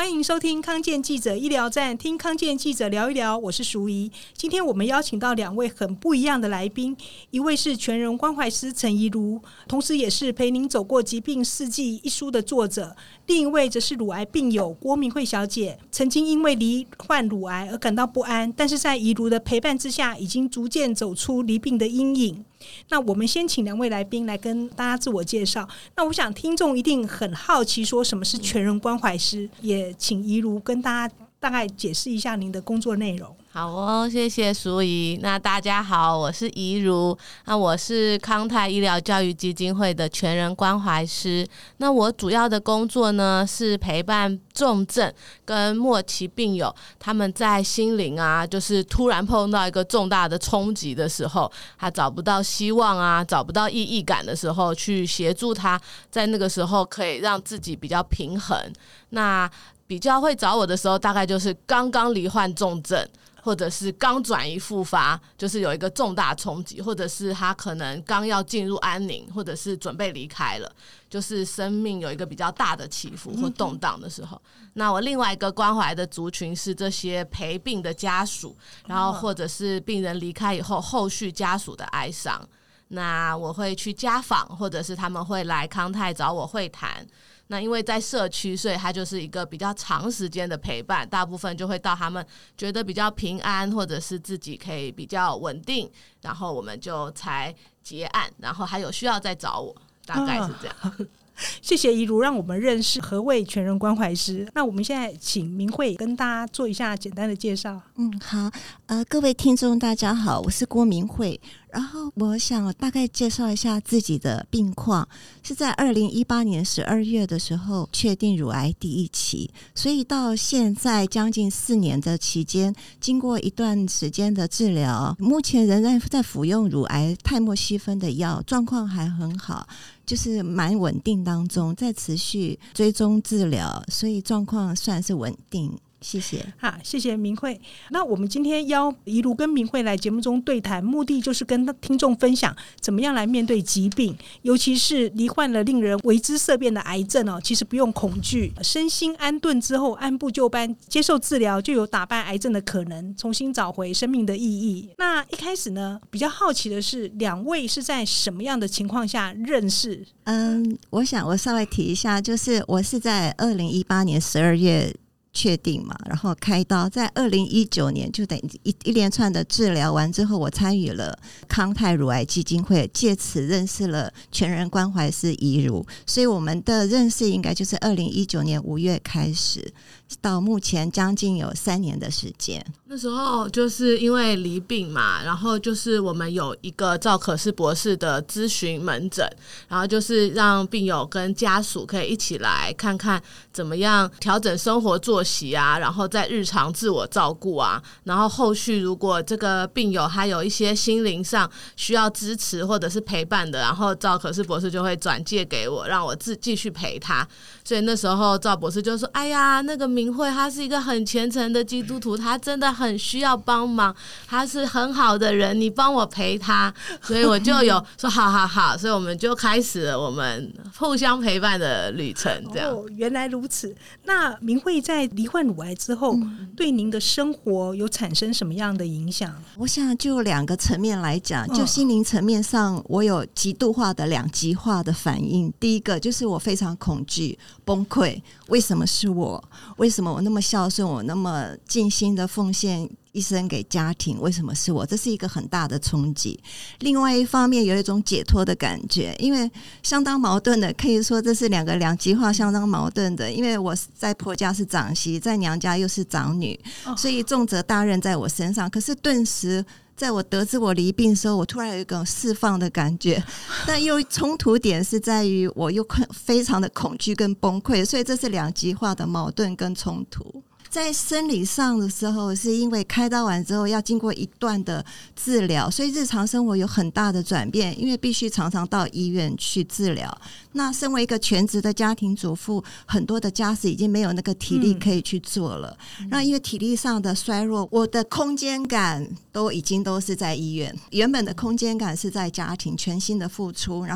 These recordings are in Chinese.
欢迎收听康健记者医疗站，听康健记者聊一聊，我是淑仪。今天我们邀请到2位很不一样的来宾，一位是全人关怀师陈怡如，同时也是陪您走过疾病四季一书的作者，另一位则是乳癌病友郭明慧小姐，曾经因为罹患乳癌而感到不安，但是在怡如的陪伴之下，已经逐渐走出罹病的阴影。那我们先请2位来宾来跟大家自我介绍。那我想听众一定很好奇说什么是全人关怀师，也请怡如跟大家大概解释一下您的工作内容。 好哦，谢谢淑仪。那大家好，我是怡如，那我是康泰医疗教育基金会的全人关怀师。那我主要的工作呢是陪伴重症跟末期病友，他们在心灵啊，就是突然碰到一个重大的冲击的时候，他找不到希望啊，找不到意义感的时候，去协助他在那个时候可以让自己比较平衡。那比较会找我的时候，大概就是刚刚罹患重症，或者是刚转移复发，就是有一个重大冲击，或者是他可能刚要进入安宁，或者是准备离开了，就是生命有一个比较大的起伏或动荡的时候。那我另外一个关怀的族群是这些陪病的家属，然后或者是病人离开以后后续家属的哀伤。那我会去家访，或者是他们会来康泰找我会谈。那因为在社区，所以它就是一个比较长时间的陪伴，大部分就会到他们觉得比较平安，或者是自己可以比较稳定，然后我们就才结案，然后还有需要再找我，大概是这样。 谢谢怡如让我们认识何谓全人关怀师。那我们现在请明慧跟大家做一下简单的介绍。 好，各位听众大家好，我是郭明慧。然后我想大概介绍一下自己的病况，是在2018年12月的时候确定乳癌第1期，所以到现在将近4年的期间，经过一段时间的治疗，目前仍然在服用乳癌泰莫西芬的药，状况还很好，就是蛮稳定当中，在持续追踪治疗，所以状况算是稳定。谢谢。 好，谢谢明慧。那我们今天邀怡如跟明慧来节目中对谈，目的就是跟听众分享怎么样来面对疾病，尤其是罹患了令人为之色变的癌症哦，其实不用恐惧，身心安顿之后，按部就班接受治疗，就有打败癌症的可能，重新找回生命的意义。那一开始呢，比较好奇的是2位是在什么样的情况下认识？ 我想我稍微提一下，就是我是在2018年12月确定嘛，然后开刀，在2019年就等于一连串的治疗完之后，我参与了康泰乳癌基金会，借此认识了全人关怀师怡如，所以我们的认识应该就是2019年5月开始，到目前将近有3年的时间。 那时候就是因为罹病嘛，然后就是我们有一个赵可士博士的咨询门诊，然后就是让病友跟家属可以一起来看看怎么样调整生活作息啊，然后在日常自我照顾啊，然后后续如果这个病友还有一些心灵上需要支持或者是陪伴的，然后赵可士博士就会转介给我，让我继续陪他。所以那时候赵博士就说，哎呀，那个明慧他是一个很虔诚的基督徒，他真的很需要帮忙，他是很好的人，你帮我陪他。所以我就有说好好好，所以我们就开始了我们互相陪伴的旅程这样。 原来如此。那明慧在罹患乳癌之后，对您的生活有产生什么样的影响？ 我想就2个层面来讲，就心灵层面上，我有极度化的2极化的反应。第一个就是我非常恐惧崩溃，为什么是我？为什么我那么孝顺，我那么尽心的奉献一生给家庭，为什么是我？这是一个很大的冲击。另外一方面有一种解脱的感觉，因为相当矛盾的，可以说这是2极化相当矛盾的。因为我在婆家是长媳，在娘家又是长女，所以重责大任在我身上。可是顿时在我得知我罹病的时候，我突然有一种释放的感觉，但又冲突点是在于我又非常的恐惧跟崩溃，所以这是2极化的矛盾跟冲突。在生理上的时候，是因为开刀完之后要经过一段的治疗，所以日常生活有很大的转变，因为必须常常到医院去治疗。那身为一个全职的家庭主妇，很多的家事已经没有那个体力可以去做了。那因为体力上的衰弱，我的空间感都是在医院，原本的空间感是在家庭全心的付出，然后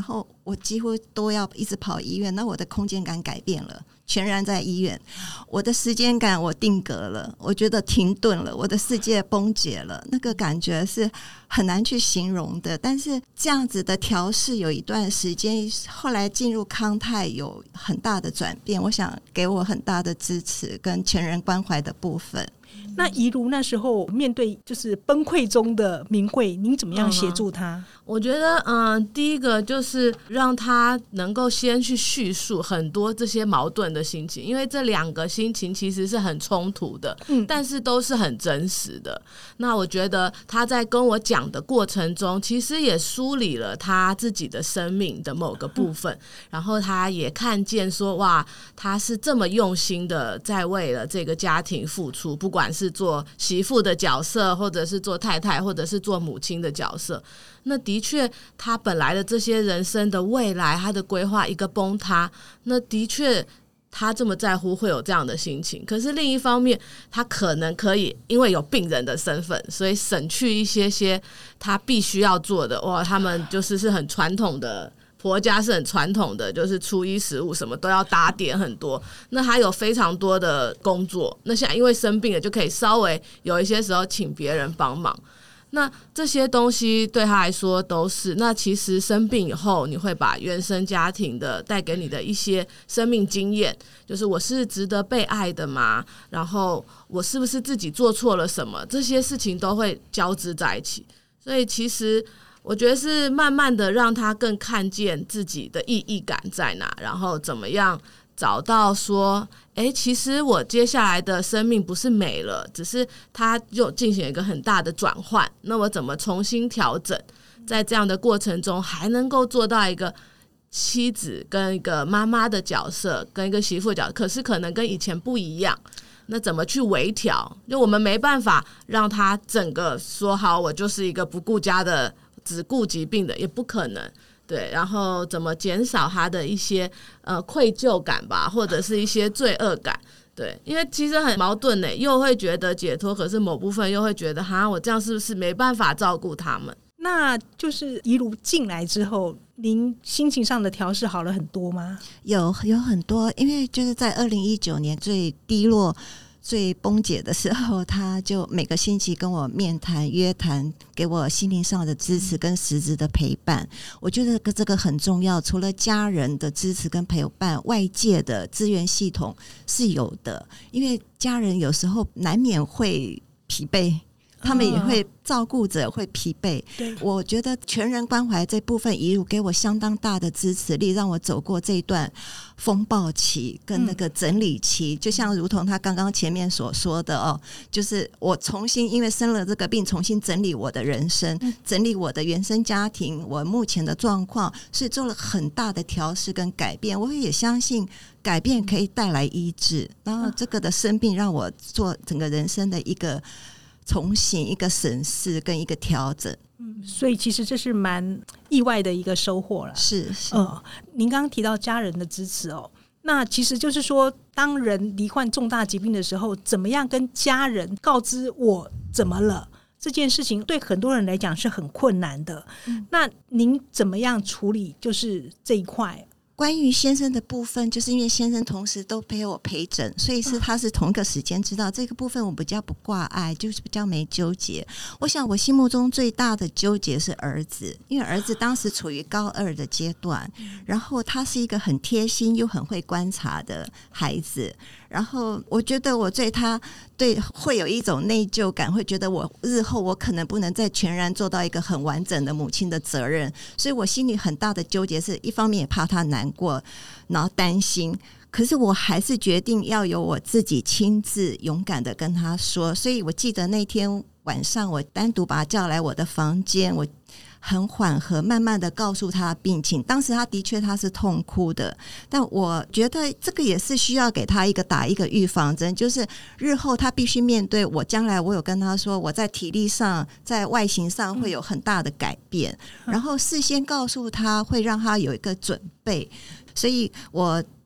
我几乎都要一直跑医院，那我的空间感改变了，全然在医院。我的时间感我定格了，我觉得停顿了，我的世界崩解了，那个感觉是很难去形容的。但是这样子的调试有一段时间，后来进入康泰有很大的转变，我想给我很大的支持跟全人关怀的部分。 那怡如那时候面对就是崩溃中的明慧，您怎么样协助他？ 我觉得第一个就是让他能够先去叙述很多这些矛盾的心情，因为这两个心情其实是很冲突的，但是都是很真实的。那我觉得他在跟我讲的过程中，其实也梳理了他自己的生命的某个部分，然后他也看见说，哇，他是这么用心的在为了这个家庭付出，不管是做媳妇的角色，或者是做太太，或者是做母亲的角色。那的确他本来的这些人生的未来，他的规划一个崩塌，那的确他这么在乎会有这样的心情。可是另一方面，他可能可以因为有病人的身份，所以省去一些他必须要做的。哇，他们是很传统的，婆家是很传统的，就是初一十五什么都要打点很多，那他有非常多的工作，那现在因为生病了，就可以稍微有一些时候请别人帮忙。那这些东西对他来说都是，那其实生病以后，你会把原生家庭的带给你的一些生命经验，就是我是值得被爱的吗？然后我是不是自己做错了什么？这些事情都会交织在一起。所以其实我觉得是慢慢的让他更看见自己的意义感在哪，然后怎么样找到说，其实我接下来的生命不是没了，只是它就进行一个很大的转换，那我怎么重新调整，在这样的过程中还能够做到一个妻子跟一个妈妈的角色，跟一个媳妇的角色，可是可能跟以前不一样，那怎么去微调？就我们没办法让他整个说好我就是一个不顾家的只顾疾病的，也不可能。对，然后怎么减少他的一些愧疚感吧，或者是一些罪恶感。对，因为其实很矛盾呢，又会觉得解脱，可是某部分又会觉得我这样是不是没办法照顾他们？ 那就是怡如进来之后，您心情上的调试好了很多吗？ 有很多，因为就是在2019年最低落最崩解的时候，他就每个星期跟我面谈约谈，给我心灵上的支持跟实质的陪伴。我觉得这个很重要，除了家人的支持跟陪伴，外界的资源系统是有的，因为家人有时候难免会疲惫，他们也会照顾者会疲惫。我觉得全人关怀这部分怡如给我相当大的支持力，让我走过这一段风暴期跟那个整理期。就像如同他刚刚前面所说的就是我重新因为生了这个病，重新整理我的人生，整理我的原生家庭，我目前的状况，是做了很大的调试跟改变。我也相信改变可以带来医治，然后这个的生病让我做整个人生的一个重新一个审视跟一个调整。 所以其实这是蛮意外的一个收获了。 是您刚刚提到家人的支持那其实就是说，当人罹患重大疾病的时候，怎么样跟家人告知我怎么了，这件事情对很多人来讲是很困难的。那您怎么样处理就是这一块？ 关于先生的部分，就是因为先生同时都陪我陪诊，所以他是同一个时间知道这个部分，我比较不挂碍，就是比较没纠结。我想我心目中最大的纠结是儿子，因为儿子当时处于高2的阶段，然后他是一个很贴心又很会观察的孩子，然后我觉得我对会有一种内疚感，会觉得我日后我可能不能再全然做到一个很完整的母亲的责任，所以我心里很大的纠结是，一方面也怕他难过，然后担心，可是我还是决定要由我自己亲自勇敢的跟他说。所以我记得那天晚上我单独把他叫来我的房间，我很缓和慢慢的告诉他病情。当时他的确他是痛哭的，但我觉得这个也是需要给他打一个预防针，就是日后他必须面对我将来，我有跟他说我在体力上在外形上会有很大的改变，然后事先告诉他会让他有一个准备。所以我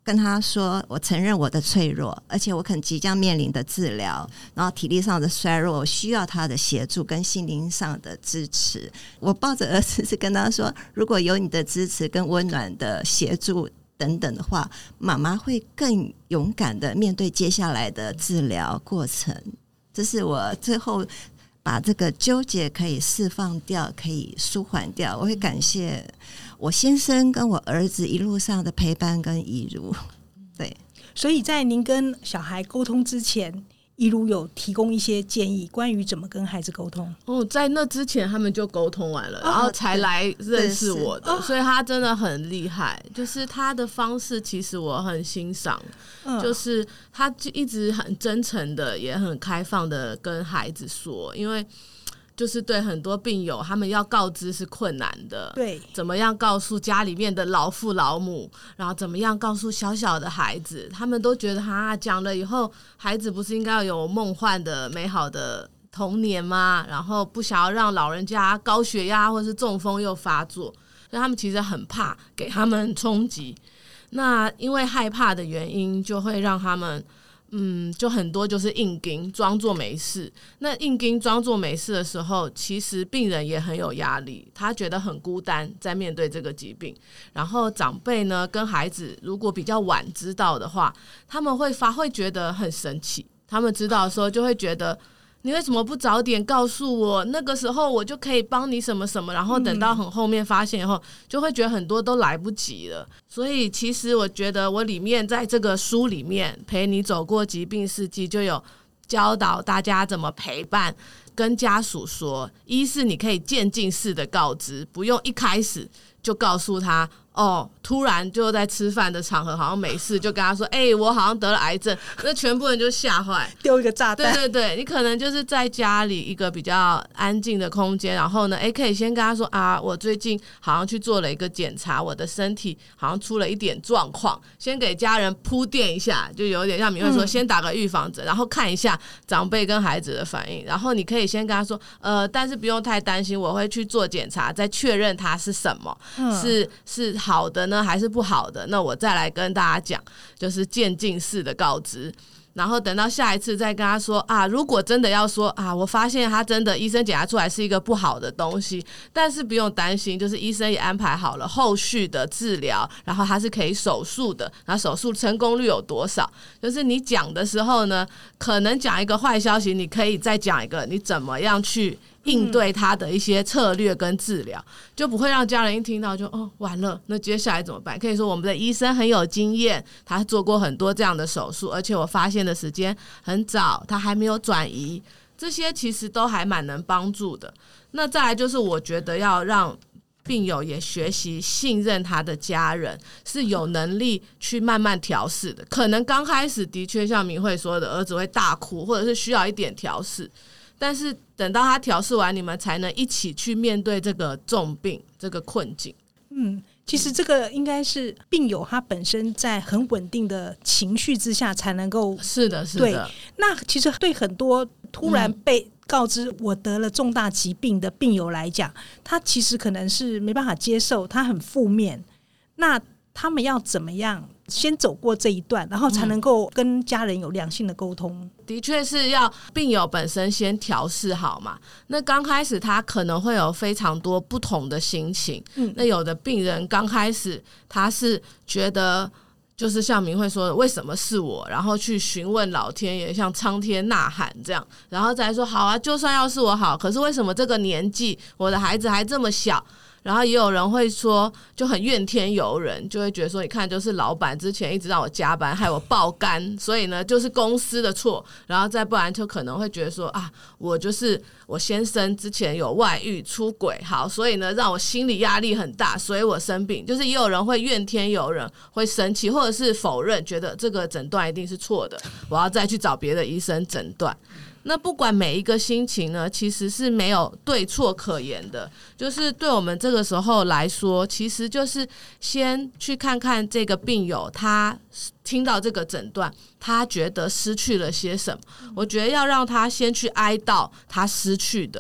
跟他说，我承认我的脆弱，而且我可能即将面临的治疗，然后体力上的衰弱，我需要他的协助跟心灵上的支持。我抱着儿子是跟他说，如果有你的支持跟温暖的协助等等的话，妈妈会更勇敢的面对接下来的治疗过程。这是我最后把这个纠结可以释放掉，可以舒缓掉。我会感谢我先生跟我儿子一路上的陪伴跟怡如。对， 所以在您跟小孩沟通之前，怡如有提供一些建议关于怎么跟孩子沟通。 在那之前他们就沟通完了，然后才来认识我的，所以他真的很厉害。就是他的方式其实我很欣赏，就是他就一直很真诚的也很开放的跟孩子说，因为就是对很多病友他们要告知是困难的， 对， 怎么样告诉家里面的老父老母，然后怎么样告诉小小的孩子，他们都觉得讲了以后孩子不是应该要有梦幻的美好的童年吗？然后不想要让老人家高血压或是中风又发作，所以他们其实很怕给他们冲击。那因为害怕的原因，就会让他们就很多就是硬盯装作没事。那硬盯装作没事的时候，其实病人也很有压力，他觉得很孤单在面对这个疾病。然后长辈呢跟孩子如果比较晚知道的话，他们会觉得很生气，他们知道的时候就会觉得你为什么不早点告诉我，那个时候我就可以帮你什么什么，然后等到很后面发现以后，就会觉得很多都来不及了。所以其实我觉得我里面在这个书里面陪你走过疾病四季，就有教导大家怎么陪伴，跟家属说，一是你可以渐进式的告知，不用一开始就告诉他突然就在吃饭的场合好像没事，就跟他说我好像得了癌症，那全部人就吓坏， 丢一个炸弹。 对对对，你可能就是在家里一个比较安静的空间，然后呢可以先跟他说我最近好像去做了一个检查，我的身体好像出了一点状况，先给家人铺垫一下，就有点像你会说先打个预防针，然后看一下长辈跟孩子的反应，然后你可以先跟他说但是不用太担心，我会去做检查再确认它是什么，是好的呢还是不好的，那我再来跟大家讲，就是渐进式的告知。然后等到下一次再跟他说如果真的要说我发现他真的医生检查出来是一个不好的东西，但是不用担心，就是医生也安排好了后续的治疗，然后他是可以手术的，然后手术成功率有多少，就是你讲的时候呢，可能讲一个坏消息，你可以再讲一个你怎么样去应对他的一些策略跟治疗，就不会让家人一听到就完了，那接下来怎么办？可以说我们的医生很有经验，他做过很多这样的手术，而且我发现的时间很早，他还没有转移，这些其实都还蛮能帮助的。那再来就是我觉得要让病友也学习信任他的家人，是有能力去慢慢调试的。可能刚开始的确像明慧说的，儿子会大哭，或者是需要一点调试，但是等到他调试完，你们才能一起去面对这个重病这个困境。 其实这个应该是病友他本身在很稳定的情绪之下才能够。 是的是的。 对，那其实对很多突然被告知我得了重大疾病的病友来讲，他其实可能是没办法接受，他很负面，那他们要怎么样先走过这一段，然后才能够跟家人有良性的沟通？ 的确是要病友本身先调试好嘛。那刚开始他可能会有非常多不同的心情，那有的病人刚开始他是觉得就是像明慧说的为什么是我，然后去询问老天爷，像苍天呐喊这样，然后再说好啊，就算要是我好，可是为什么这个年纪我的孩子还这么小？然后也有人会说就很怨天尤人，就会觉得说你看就是老板之前一直让我加班害我爆肝，所以呢就是公司的错，然后再不然就可能会觉得说我就是我先生之前有外遇出轨，好，所以呢让我心理压力很大，所以我生病，就是也有人会怨天尤人，会生气或者是否认，觉得这个诊断一定是错的，我要再去找别的医生诊断。那不管每一个心情呢，其实是没有对错可言的，就是对我们这个时候来说，其实就是先去看看这个病友他听到这个诊断，他觉得失去了些什么。我觉得要让他先去哀悼他失去的，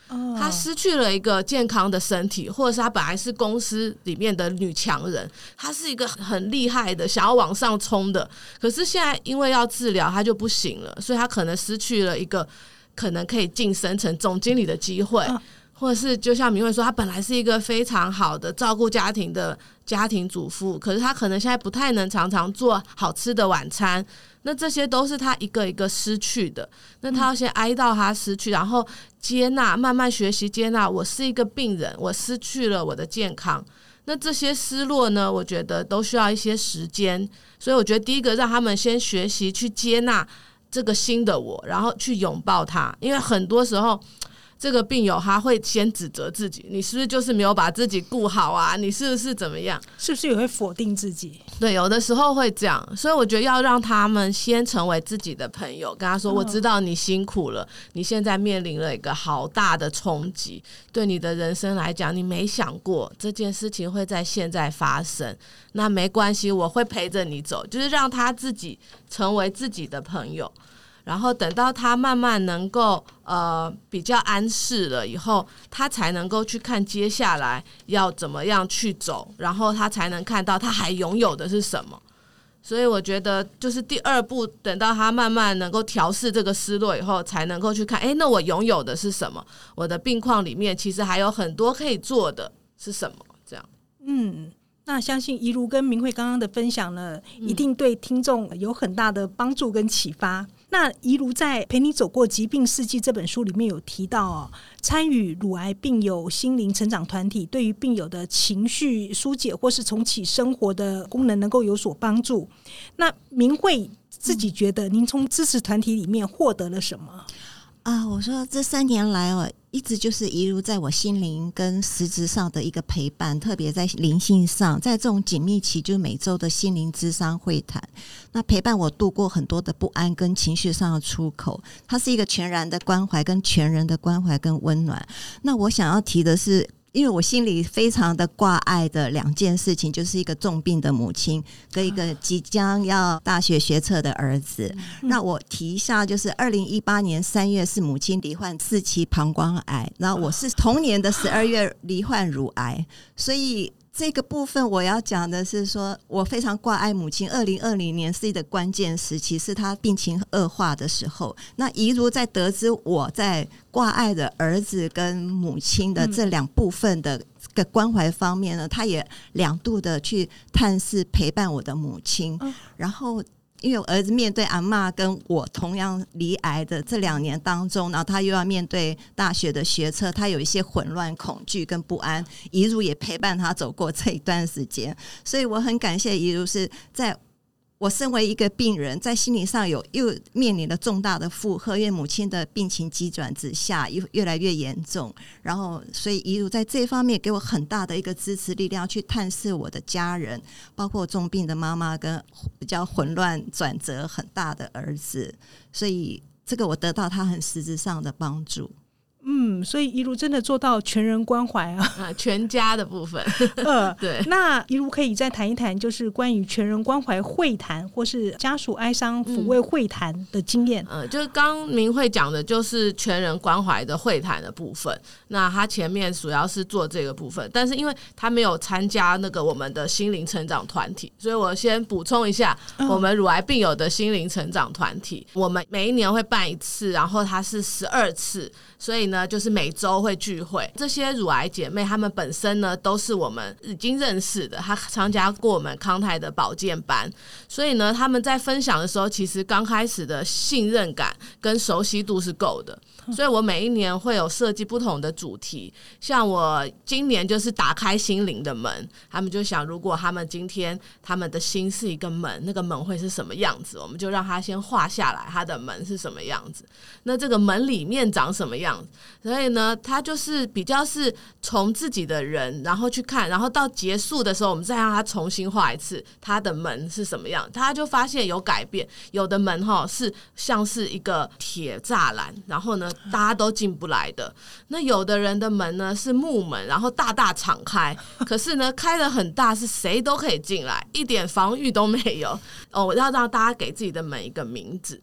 她失去了一个健康的身体，或者是她本来是公司里面的女强人，她是一个很厉害的想要往上冲的，可是现在因为要治疗她就不行了，所以她可能失去了一个可能可以晋升成总经理的机会，或者是就像明慧说，她本来是一个非常好的照顾家庭的家庭主妇，可是她可能现在不太能常常做好吃的晚餐，那这些都是她一个一个失去的。那她要先哀悼她失去，然后接纳，慢慢学习接纳，我是一个病人，我失去了我的健康。那这些失落呢，我觉得都需要一些时间，所以我觉得第一个让他们先学习去接纳这个新的我，然后去拥抱它。因为很多时候这个病友他会先指责自己，你是不是就是没有把自己顾好啊，你是不是怎么样， 是不是也会否定自己？ 对，有的时候会这样，所以我觉得要让他们先成为自己的朋友，跟他说我知道你辛苦了，你现在面临了一个好大的冲击，对你的人生来讲你没想过这件事情会在现在发生，那没关系，我会陪着你走，就是让他自己成为自己的朋友，然后等到他慢慢能够比较安适了以后，他才能够去看接下来要怎么样去走，然后他才能看到他还拥有的是什么。所以我觉得就是第二步，等到他慢慢能够调适这个失落以后，才能够去看那我拥有的是什么，我的病况里面其实还有很多可以做的是什么，这样。 那相信怡如跟明慧刚刚的分享呢，一定对听众有很大的帮助跟启发。那怡如在《陪你走过疾病世纪》这本书里面有提到参与乳癌病友心灵成长团体，对于病友的情绪疏解或是重启生活的功能能够有所帮助。那明慧自己觉得您从支持团体里面获得了什么？ 我说这3年来一直就是怡如在我心灵跟实质上的一个陪伴，特别在灵性上，在这种紧密期，就每周的心灵諮商会谈，那陪伴我度过很多的不安跟情绪上的出口。它是一个全然的关怀跟全人的关怀跟温暖。那我想要提的是，因为我心里非常的挂碍的2件事情，就是一个重病的母亲跟一个即将要大学学测的儿子。那我提一下，就是2018年3月是母亲罹患4期膀胱癌，然后我是同年的12月罹患乳癌，所以这个部分我要讲的是说，我非常挂碍母亲。2020年是一个关键时期，是她病情恶化的时候。那怡如在得知我在挂碍的儿子跟母亲的这2部分的个关怀方面呢，她也2度的去探视陪伴我的母亲。然后因为我儿子面对阿嬷跟我同样罹癌的这2年当中，然后他又要面对大学的学测，他有一些混乱恐惧跟不安，怡如也陪伴他走过这一段时间。所以我很感谢怡如，是在我身为一个病人，在心理上又面临了重大的负荷，因为母亲的病情急转直下，越来越严重，然后所以怡如在这方面给我很大的一个支持力量，去探视我的家人，包括重病的妈妈跟比较混乱转折很大的儿子，所以这个我得到他很实质上的帮助。 所以怡如真的做到全人关怀全家的部分对。 那怡如可以再谈一谈，就是关于全人关怀会谈或是家属哀伤抚慰会谈的经验。 就是刚明慧讲的就是全人关怀的会谈的部分，那他前面主要是做这个部分，但是因为他没有参加那个我们的心灵成长团体，所以我先补充一下我们乳癌病友的心灵成长团体，我们每一年会办1次，然后它是12次，所以呢就是每周会聚会。这些乳癌姐妹她们本身呢都是我们已经认识的，她参加过我们康泰的保健班，所以呢她们在分享的时候，其实刚开始的信任感跟熟悉度是够的。所以我每一年会有设计不同的主题，像我今年就是打开心灵的门，他们就想如果他们今天他们的心是一个门，那个门会是什么样子，我们就让他先画下来他的门是什么样子，那这个门里面长什么样子。所以呢他就是比较是从自己的人然后去看，然后到结束的时候我们再让他重新画一次他的门是什么样，他就发现有改变。有的门是像是一个铁栅栏，然后呢大家都进不来的，那有的人的门呢是木门，然后大大敞开，可是呢开得很大，是谁都可以进来，一点防御都没有。我要让大家给自己的门一个名字，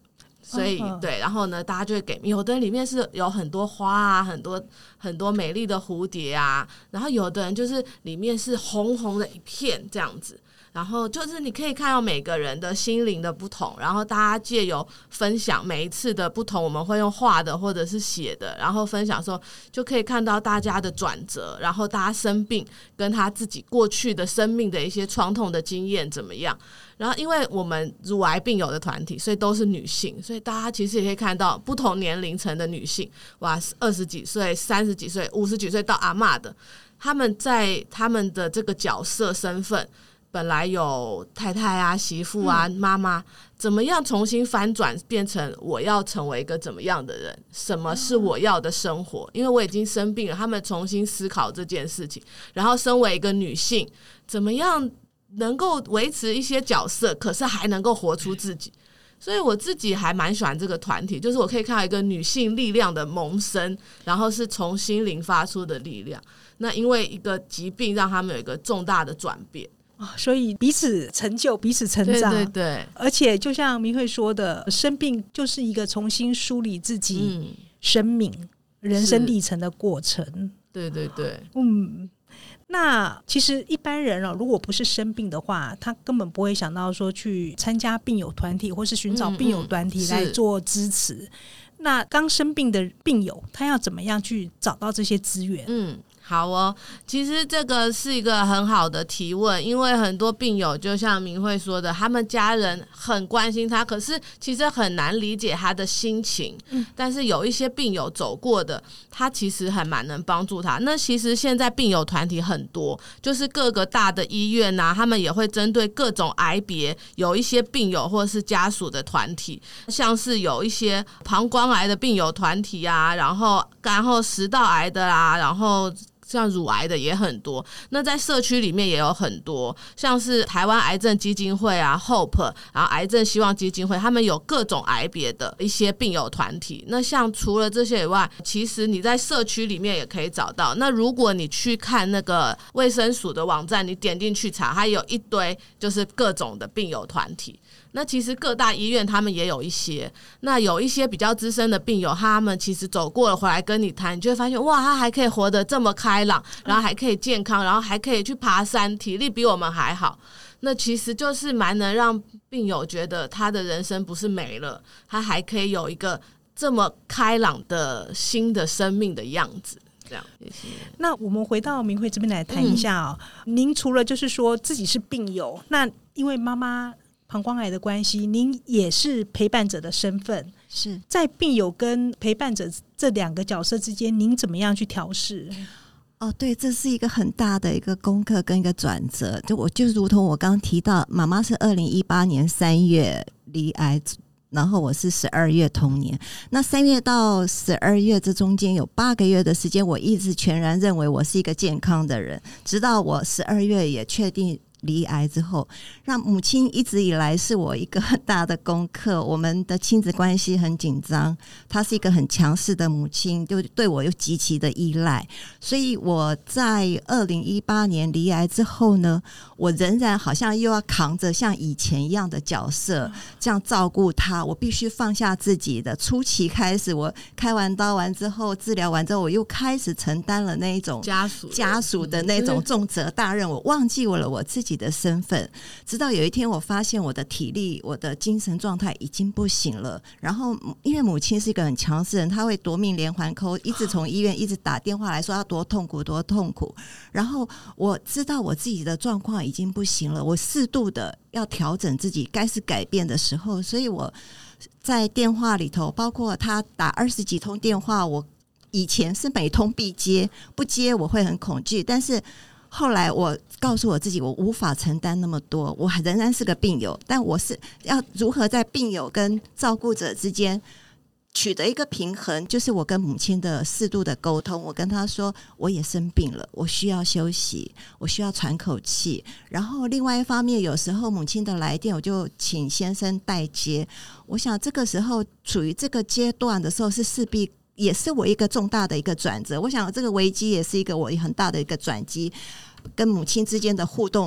所以对，然后呢，大家就会给，有的人里面是有很多花啊，很多美丽的蝴蝶啊，然后有的人就是里面是红红的一片这样子。然后就是你可以看到每个人的心灵的不同，然后大家借由分享每一次的不同，我们会用画的或者是写的，然后分享的时候就可以看到大家的转折，然后大家生病跟他自己过去的生命的一些创痛的经验怎么样。然后因为我们乳癌病友的团体，所以都是女性，所以大家其实也可以看到不同年龄层的女性，哇，20几岁、30几岁、50几岁到阿嬷的，他们在他们的这个角色身份本来有太太啊、媳妇啊、妈妈，怎么样重新翻转变成我要成为一个怎么样的人，什么是我要的生活，因为我已经生病了，他们重新思考这件事情，然后身为一个女性怎么样能够维持一些角色，可是还能够活出自己。所以我自己还蛮喜欢这个团体，就是我可以看到一个女性力量的萌生，然后是从心灵发出的力量。那因为一个疾病让他们有一个重大的转变， 所以彼此成就，彼此成长。 对对对， 而且就像明慧说的，生病就是一个重新梳理自己生命、人生历程的过程。 对对对， 那其实一般人如果不是生病的话，他根本不会想到说去参加病友团体或是寻找病友团体来做支持。那刚生病的病友他要怎么样去找到这些资源？ 好哦，其实这个是一个很好的提问，因为很多病友就像明慧说的，他们家人很关心他，可是其实很难理解他的心情。但是有一些病友走过的，他其实还蛮能帮助他。那其实现在病友团体很多，就是各个大的医院啊，他们也会针对各种癌别有一些病友或是家属的团体，像是有一些膀胱癌的病友团体啊，然后食道癌的啊，然后像乳癌的也很多，那在社区里面也有很多，像是台湾癌症基金会啊 HOPE， 然后癌症希望基金会，他们有各种癌别的一些病友团体。那像除了这些以外，其实你在社区里面也可以找到。那如果你去看那个卫生署的网站，你点进去查，它有一堆就是各种的病友团体。那其实各大医院他们也有一些，那有一些比较资深的病友，他们其实走过了回来跟你谈，你就会发现哇，他还可以活得这么开朗，然后还可以健康，然后还可以去爬山，体力比我们还好。那其实就是蛮能让病友觉得他的人生不是没了，他还可以有一个这么开朗的新的生命的样子。这样也是。 那我们回到明慧这边来谈一下您除了就是说自己是病友，那因为妈妈膀胱癌的关系，您也是陪伴者的身份， 是在病友跟陪伴者这两个角色之间，您怎么样去调试？ 对，这是一个很大的一个功课跟一个转折。就如同我刚刚提到，妈妈是2018年3月罹癌，然后我是12月同年。那3月到12月这中间有8个月的时间，我一直全然认为我是一个健康的人，直到我12月也确定罹癌之后，让母亲一直以来是我一个很大的功课。我们的亲子关系很紧张，她是一个很强势的母亲，就对我又极其的依赖。所以我在2018年罹癌之后呢，我仍然好像又要扛着像以前一样的角色，这样照顾她。我必须放下自己的。初期开始，我开完刀完之后，治疗完之后，我又开始承担了那一种家属的那种重责大任，我忘记了我自己的身份。直到有一天我发现我的体力、我的精神状态已经不行了，然后因为母亲是一个很强势的人，她会夺命连环扣，一直从医院一直打电话来说要多痛苦多痛苦。然后我知道我自己的状况已经不行了，我适度的要调整自己，该是改变的时候。所以我在电话里头，包括他打20几通电话，我以前是每通必接，不接我会很恐惧，但是后来我告诉我自己，我无法承担那么多，我仍然是个病友，但我是要如何在病友跟照顾者之间取得一个平衡，就是我跟母亲的适度的沟通。我跟她说我也生病了，我需要休息，我需要喘口气。然后另外一方面，有时候母亲的来电我就请先生代接。我想这个时候处于这个阶段的时候，是势必也是我一个重大的一个转折。我想这个危机也是一个我很大的一个转机，跟母亲之间的互动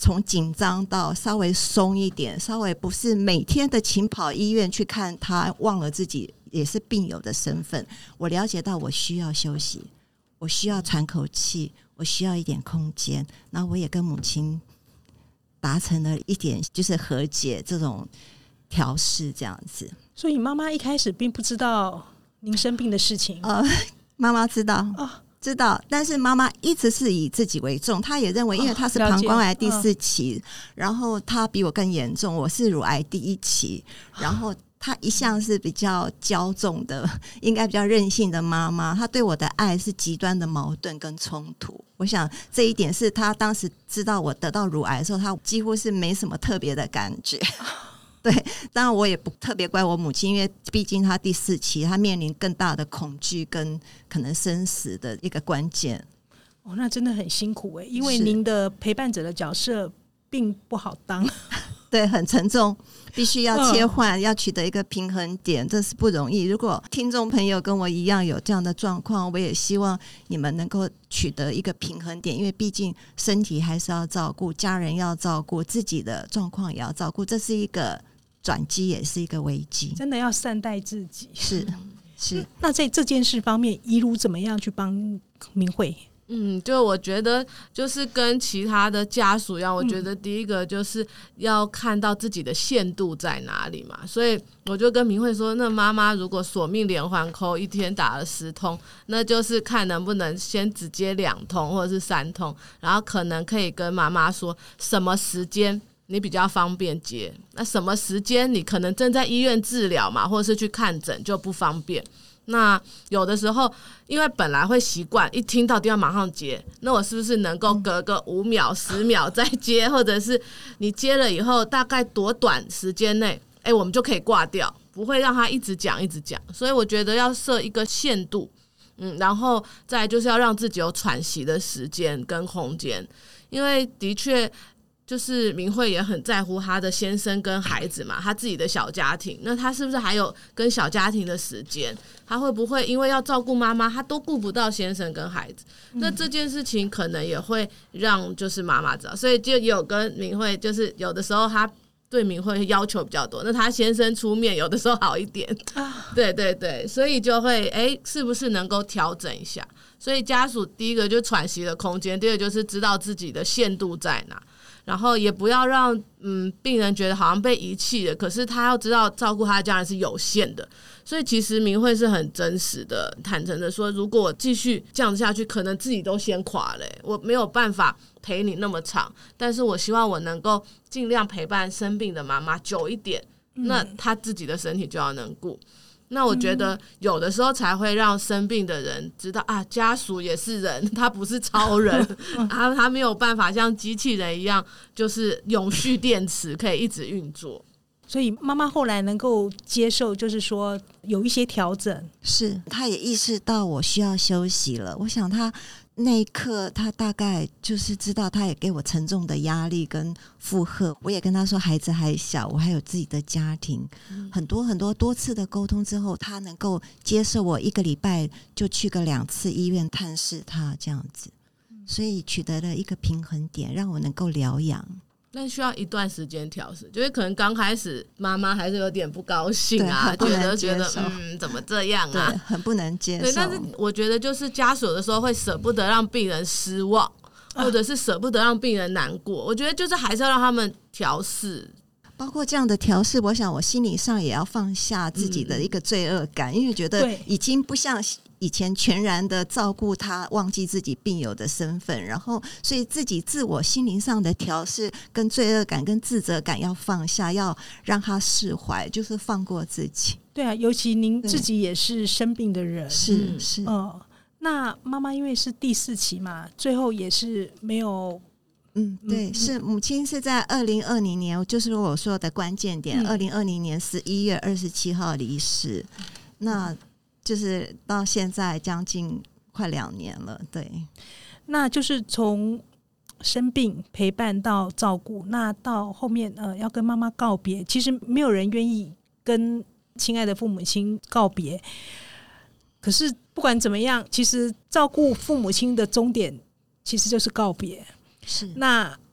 从紧张到稍微松一点，稍微不是每天的勤跑医院去看他，忘了自己也是病友的身份。我了解到我需要休息，我需要喘口气，我需要一点空间。然后我也跟母亲达成了一点就是和解，这种调试这样子。 所以妈妈一开始并不知道您生病的事情。 妈妈知道。知道，但是妈妈一直是以自己为重，她也认为因为她是膀胱癌第4期，然后她比我更严重，我是乳癌第1期，然后她一向是比较骄纵的，应该比较任性的妈妈，她对我的爱是极端的矛盾跟冲突。我想这一点是她当时知道我得到乳癌的时候，她几乎是没什么特别的感觉。对，当然我也不特别怪我母亲，因为毕竟她第4期，她面临更大的恐惧跟可能生死的一个关键。 那真的很辛苦因为您的陪伴者的角色并不好当。 对，很沉重，必须要切换，要取得一个平衡点，这是不容易。如果听众朋友跟我一样有这样的状况，我也希望你们能够取得一个平衡点，因为毕竟身体还是要照顾，家人要照顾，自己的状况也要照顾，这是一个转机，也是一个危机， 真的要善待自己。 是。 那在这件事方面，怡如怎么样去帮明慧？ 就我觉得就是跟其他的家属一样，我觉得第一个就是要看到自己的限度在哪里嘛，所以我就跟明慧说，那妈妈如果索命连环扣一天打了10通，那就是看能不能先只接2通或者是3通，然后可能可以跟妈妈说什么时间你比较方便接，那什么时间你可能正在医院治疗嘛，或者是去看诊就不方便。那有的时候因为本来会习惯一听到电话马上接，那我是不是能够隔个5秒10秒再接，或者是你接了以后大概多短时间内我们就可以挂掉，不会让他一直讲。所以我觉得要设一个限度，然后再来就是要让自己有喘息的时间跟空间，因为的确就是明慧也很在乎她的先生跟孩子嘛，她自己的小家庭，那她是不是还有跟小家庭的时间？她会不会因为要照顾妈妈，她都顾不到先生跟孩子？那这件事情可能也会让就是妈妈知道，所以就有跟明慧，就是有的时候她对明慧要求比较多，那她先生出面有的时候好一点，对，所以就会是不是能够调整一下？所以家属第一个就喘息的空间，第二个就是知道自己的限度在哪。然后也不要让病人觉得好像被遗弃了，可是他要知道照顾他的家人是有限的，所以其实明慧是很真实的坦诚的说，如果我继续这样下去，可能自己都先垮了我没有办法陪你那么长，但是我希望我能够尽量陪伴生病的妈妈久一点，那他自己的身体就要能顾。那我觉得有的时候才会让生病的人知道家属也是人，他不是超人他没有办法像机器人一样就是永续电池可以一直运作。 所以妈妈后来能够接受，就是说有一些调整， 是她也意识到我需要休息了。我想她那一刻她大概就是知道，她也给我沉重的压力跟负荷。我也跟她说孩子还小，我还有自己的家庭，很多多次的沟通之后，她能够接受我1个礼拜就去个2次医院探视她这样子，所以取得了一个平衡点，让我能够疗养。 但需要一段时间调试，就是可能刚开始妈妈还是有点不高兴觉得怎么这样啊， 对，很不能接受。 对，但是我觉得就是家属有的时候会舍不得让病人失望，或者是舍不得让病人难过，我觉得就是还是要让他们调试。 包括这样的调试，我想我心理上也要放下自己的一个罪恶感，因为觉得已经不像以前全然的照顾他，忘记自己病友的身份，然后所以自己自我心灵上的调试跟罪恶感跟自责感要放下，要让他释怀，就是放过自己。 对啊，尤其您自己也是生病的人， 是那妈妈因为是第4期嘛，最后也是没有对，是母亲是在2020年，就是我说的关键点，2020年11月27号离世，那就是到现在将近快2年了。对， 那就是从生病陪伴到照顾，那到后面要跟妈妈告别，其实没有人愿意跟亲爱的父母亲告别，可是不管怎么样，其实照顾父母亲的终点其实就是告别。 是， 那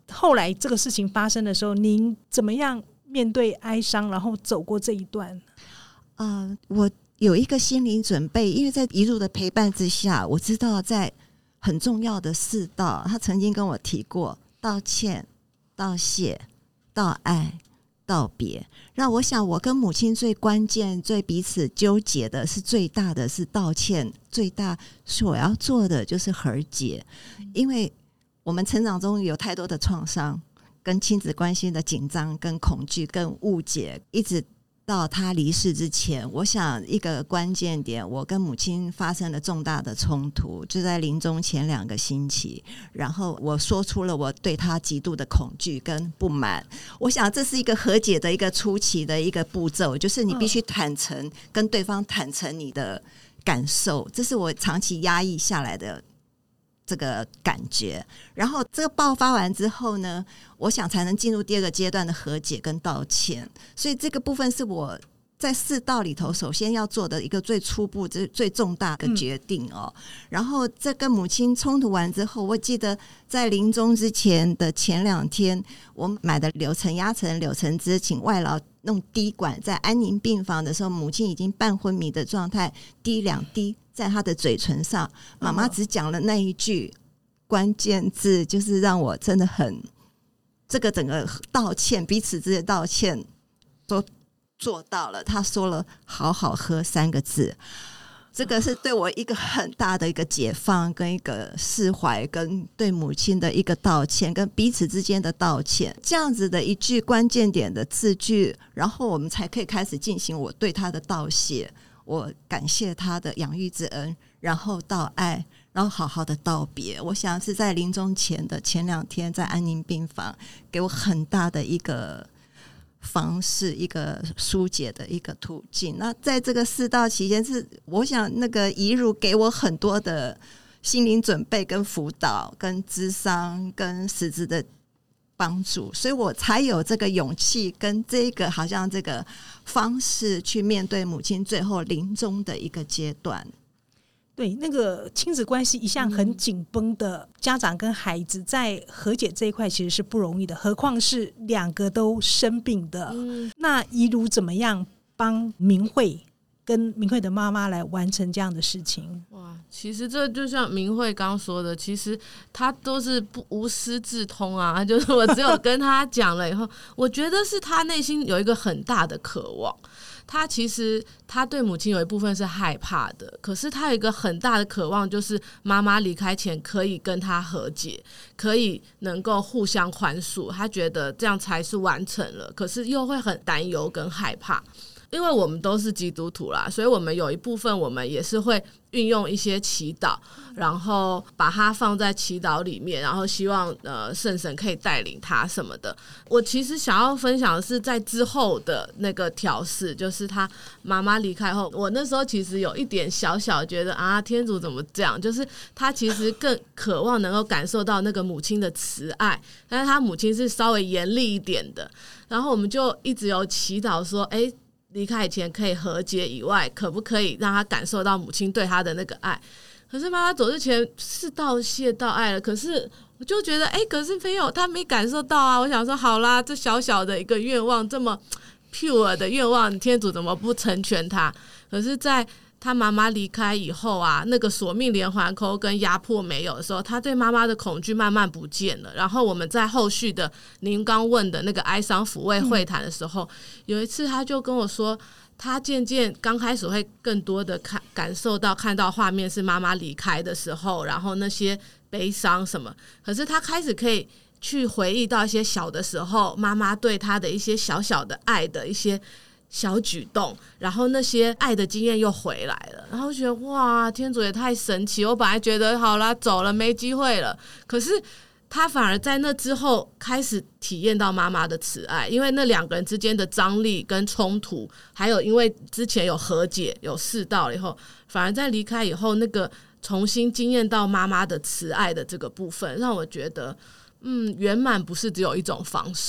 后来这个事情发生的时候，您怎么样面对哀伤，然后走过这一段？ 我有一个心理准备，因为在遗嘱的陪伴之下，我知道在很重要的4道，他曾经跟我提过道歉、道谢、道爱、道别。那我想我跟母亲最关键、最彼此纠结的是最大的是道歉，最大所要做的就是和解，因为我们成长中有太多的创伤，跟亲子关系的紧张、跟恐惧、跟误解，一直到他离世之前，我想一个关键点，我跟母亲发生了重大的冲突，就在临终前2个星期，然后我说出了我对他极度的恐惧跟不满。我想这是一个和解的一个初期的一个步骤，就是你必须坦诚，跟对方坦诚你的感受，这是我长期压抑下来的这个感觉。然后这个爆发完之后呢，我想才能进入第2个阶段的和解跟道歉。所以这个部分是我在4道里头首先要做的一个最初步、最重大的决定哦。然后这跟母亲冲突完之后，我记得在临终之前的前2天，我买的柳橙压成柳橙汁，请外劳弄滴管，在安宁病房的时候，母亲已经半昏迷的状态，滴2滴在她的嘴唇上，妈妈只讲了那一句关键字，就是让我真的很，这个整个道歉，彼此之间道歉都做到了。他说了好好喝3个字，这个是对我一个很大的一个解放跟一个释怀，跟对母亲的一个道歉，跟彼此之间的道歉，这样子的一句关键点的字句，然后我们才可以开始进行我对他的道谢，我感谢他的养育之恩，然后道爱，然后好好的道别。我想是在临终前的前2天，在安宁病房给我很大的一个方式，一个疏解的一个途径。那在这个4道期间，是我想那个遗乳给我很多的心灵准备跟辅导跟諮商跟实质的帮助，所以我才有这个勇气跟这个好像这个方式去面对母亲最后临终的一个阶段。 对，那个亲子关系一向很紧绷的家长跟孩子，在和解这一块其实是不容易的，何况是2个都生病的。那遗如怎么样帮明慧跟明慧的妈妈来完成这样的事情？ 哇，其实这就像明慧刚说的，其实他都是无师自通啊，就是我只有跟他讲了以后，我觉得是他内心有一个很大的渴望。他其实他对母亲有一部分是害怕的，可是他有一个很大的渴望，就是妈妈离开前可以跟他和解，可以能够互相宽恕，他觉得这样才是完成了，可是又会很担忧跟害怕。因为我们都是基督徒啦，所以我们有一部分我们也是会运用一些祈祷，然后把它放在祈祷里面，然后希望圣神可以带领他什么的。我其实想要分享的是在之后的那个调试，就是他妈妈离开后，我那时候其实有一点小小觉得啊，天主怎么这样，就是他其实更渴望能够感受到那个母亲的慈爱，但是他母亲是稍微严厉一点的，然后我们就一直有祈祷说离开以前可以和解以外，可不可以让他感受到母亲对他的那个爱。可是妈妈走之前是道谢道爱了，可是我就觉得可是没有，他没感受到啊。我想说好啦，这小小的一个愿望，这么 pure 的愿望，天主怎么不成全他？可是在他妈妈离开以后啊，那个索命连环扣跟压迫没有的时候，他对妈妈的恐惧慢慢不见了。然后我们在后续的您刚问的那个哀伤抚慰会谈的时候，有一次他就跟我说，他渐渐刚开始会更多的感受到看到画面是妈妈离开的时候，然后那些悲伤什么，可是他开始可以去回忆到一些小的时候妈妈对他的一些小小的爱的一些小举动，然后那些爱的经验又回来了，然后觉得哇，天主也太神奇。我本来觉得好啦，走了没机会了，可是他反而在那之后开始体验到妈妈的慈爱，因为那2个人之间的张力跟冲突，还有因为之前有和解有释道了以后，反而在离开以后那个重新经验到妈妈的慈爱的这个部分，让我觉得圆满不是只有一种方式。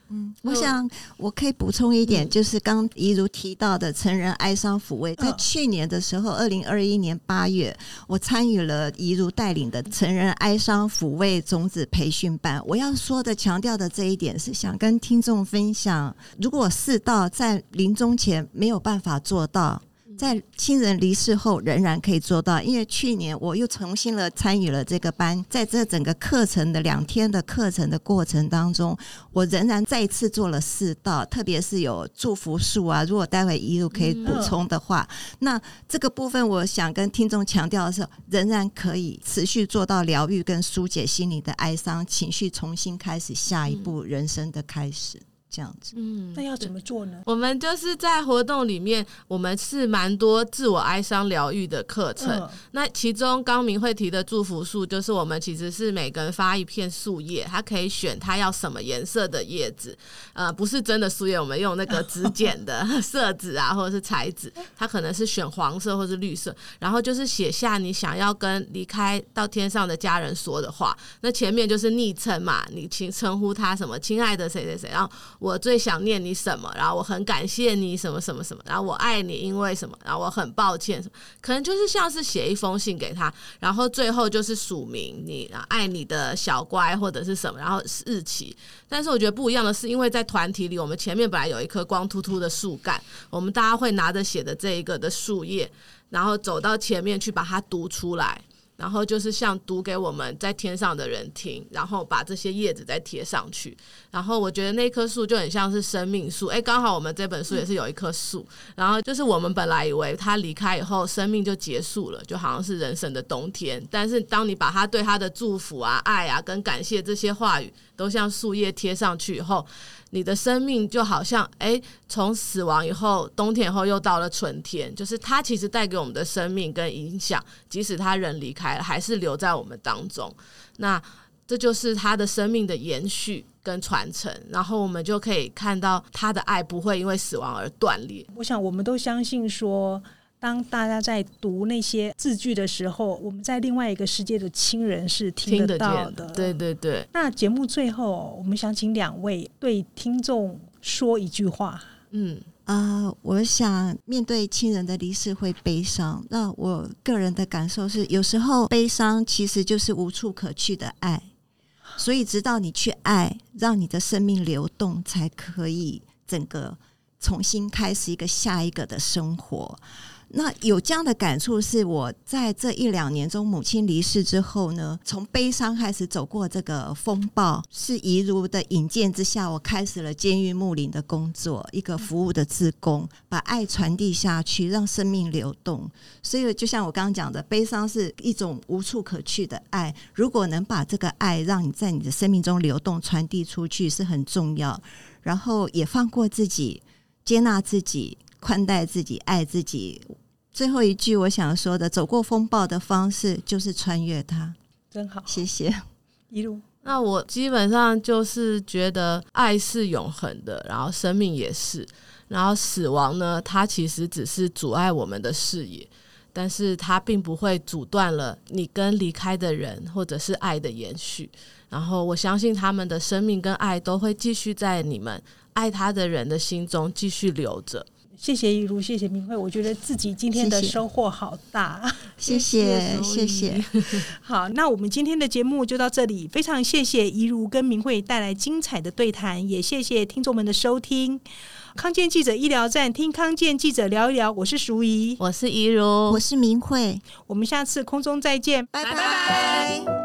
我想我可以补充一点，就是刚怡如提到的成人哀伤抚慰，在去年的时候2021年8月，我参与了怡如带领的成人哀伤抚慰种子培训班。我要说的强调的这一点是想跟听众分享，如果世道在临终前没有办法做到，在亲人离世后仍然可以做到。因为去年我又重新了参与了这个班，在这整个课程的2天的课程的过程当中，我仍然再一次做了4道，特别是有祝福术啊，如果待会怡如可以补充的话，那这个部分我想跟听众强调的是，仍然可以持续做到疗愈跟疏解心理的哀伤情绪，重新开始下一步人生的开始，这样子。 那要怎么做呢？ 我们就是在活动里面，我们是蛮多自我哀伤疗愈的课程。那其中刚明慧提的祝福树，就是我们其实是每个人发一片树叶，他可以选他要什么颜色的叶子，不是真的树叶，我们用那个纸剪的色纸啊，或者是彩纸，他可能是选黄色或是绿色，然后就是写下你想要跟离开到天上的家人说的话。那前面就是昵称嘛，你称呼他什么，亲爱的谁谁谁，然后我最想念你什么，然后我很感谢你什么什么什么，然后我爱你因为什么，然后我很抱歉什么，可能就是像是写一封信给他，然后最后就是署名你爱你的小乖或者是什么，然后日期。但是我觉得不一样的是，因为在团体里，我们前面本来有一棵光秃秃的树干，我们大家会拿着写的这一个的树叶，然后走到前面去把它读出来，然后就是像读给我们在天上的人听，然后把这些叶子再贴上去。然后我觉得那棵树就很像是生命树，刚好我们这本书也是有一棵树，然后就是我们本来以为他离开以后生命就结束了，就好像是人生的冬天，但是当你把他对他的祝福啊、爱啊跟感谢这些话语都像树叶贴上去以后，你的生命就好像从死亡以后冬天以后又到了春天，就是它其实带给我们的生命跟影响，即使他人离开了还是留在我们当中。那这就是他的生命的延续跟传承，然后我们就可以看到他的爱不会因为死亡而断裂。 我想我们都相信说，当大家在读那些字句的时候，我们在另外一个世界的亲人是听得到的。 对对对。 那节目最后我们想请2位对听众说一句话。 我想面对亲人的离世会悲伤，那我个人的感受是，有时候悲伤其实就是无处可去的爱，所以直到你去爱，让你的生命流动，才可以整个重新开始下一个的生活。那有这样的感触，是我在这1-2年中母亲离世之后呢，从悲伤开始走过这个风暴，是怡如的引荐之下，我开始了监狱牧灵的工作，一个服务的志工，把爱传递下去，让生命流动。所以就像我刚刚讲的，悲伤是一种无处可去的爱，如果能把这个爱让你在你的生命中流动传递出去是很重要，然后也放过自己，接纳自己，宽待自己，爱自己。最后一句我想说的，走过风暴的方式就是穿越它。 真好， 谢谢。 一路， 那我基本上就是觉得爱是永恒的，然后生命也是，然后死亡呢，它其实只是阻碍我们的视野，但是它并不会阻断了你跟离开的人或者是爱的延续。然后我相信他们的生命跟爱都会继续在你们爱他的人的心中继续留着。 谢谢怡如，谢谢明慧，我觉得自己今天的收获好大。 谢谢谢谢。 好，那我们今天的节目就到这里，非常谢谢怡如跟明慧带来精彩的对谈，也谢谢听众们的收听。康健记者医疗站，听康健记者聊一聊，我是淑仪， 我是怡如， 我是明慧， 我们下次空中再见， 拜拜。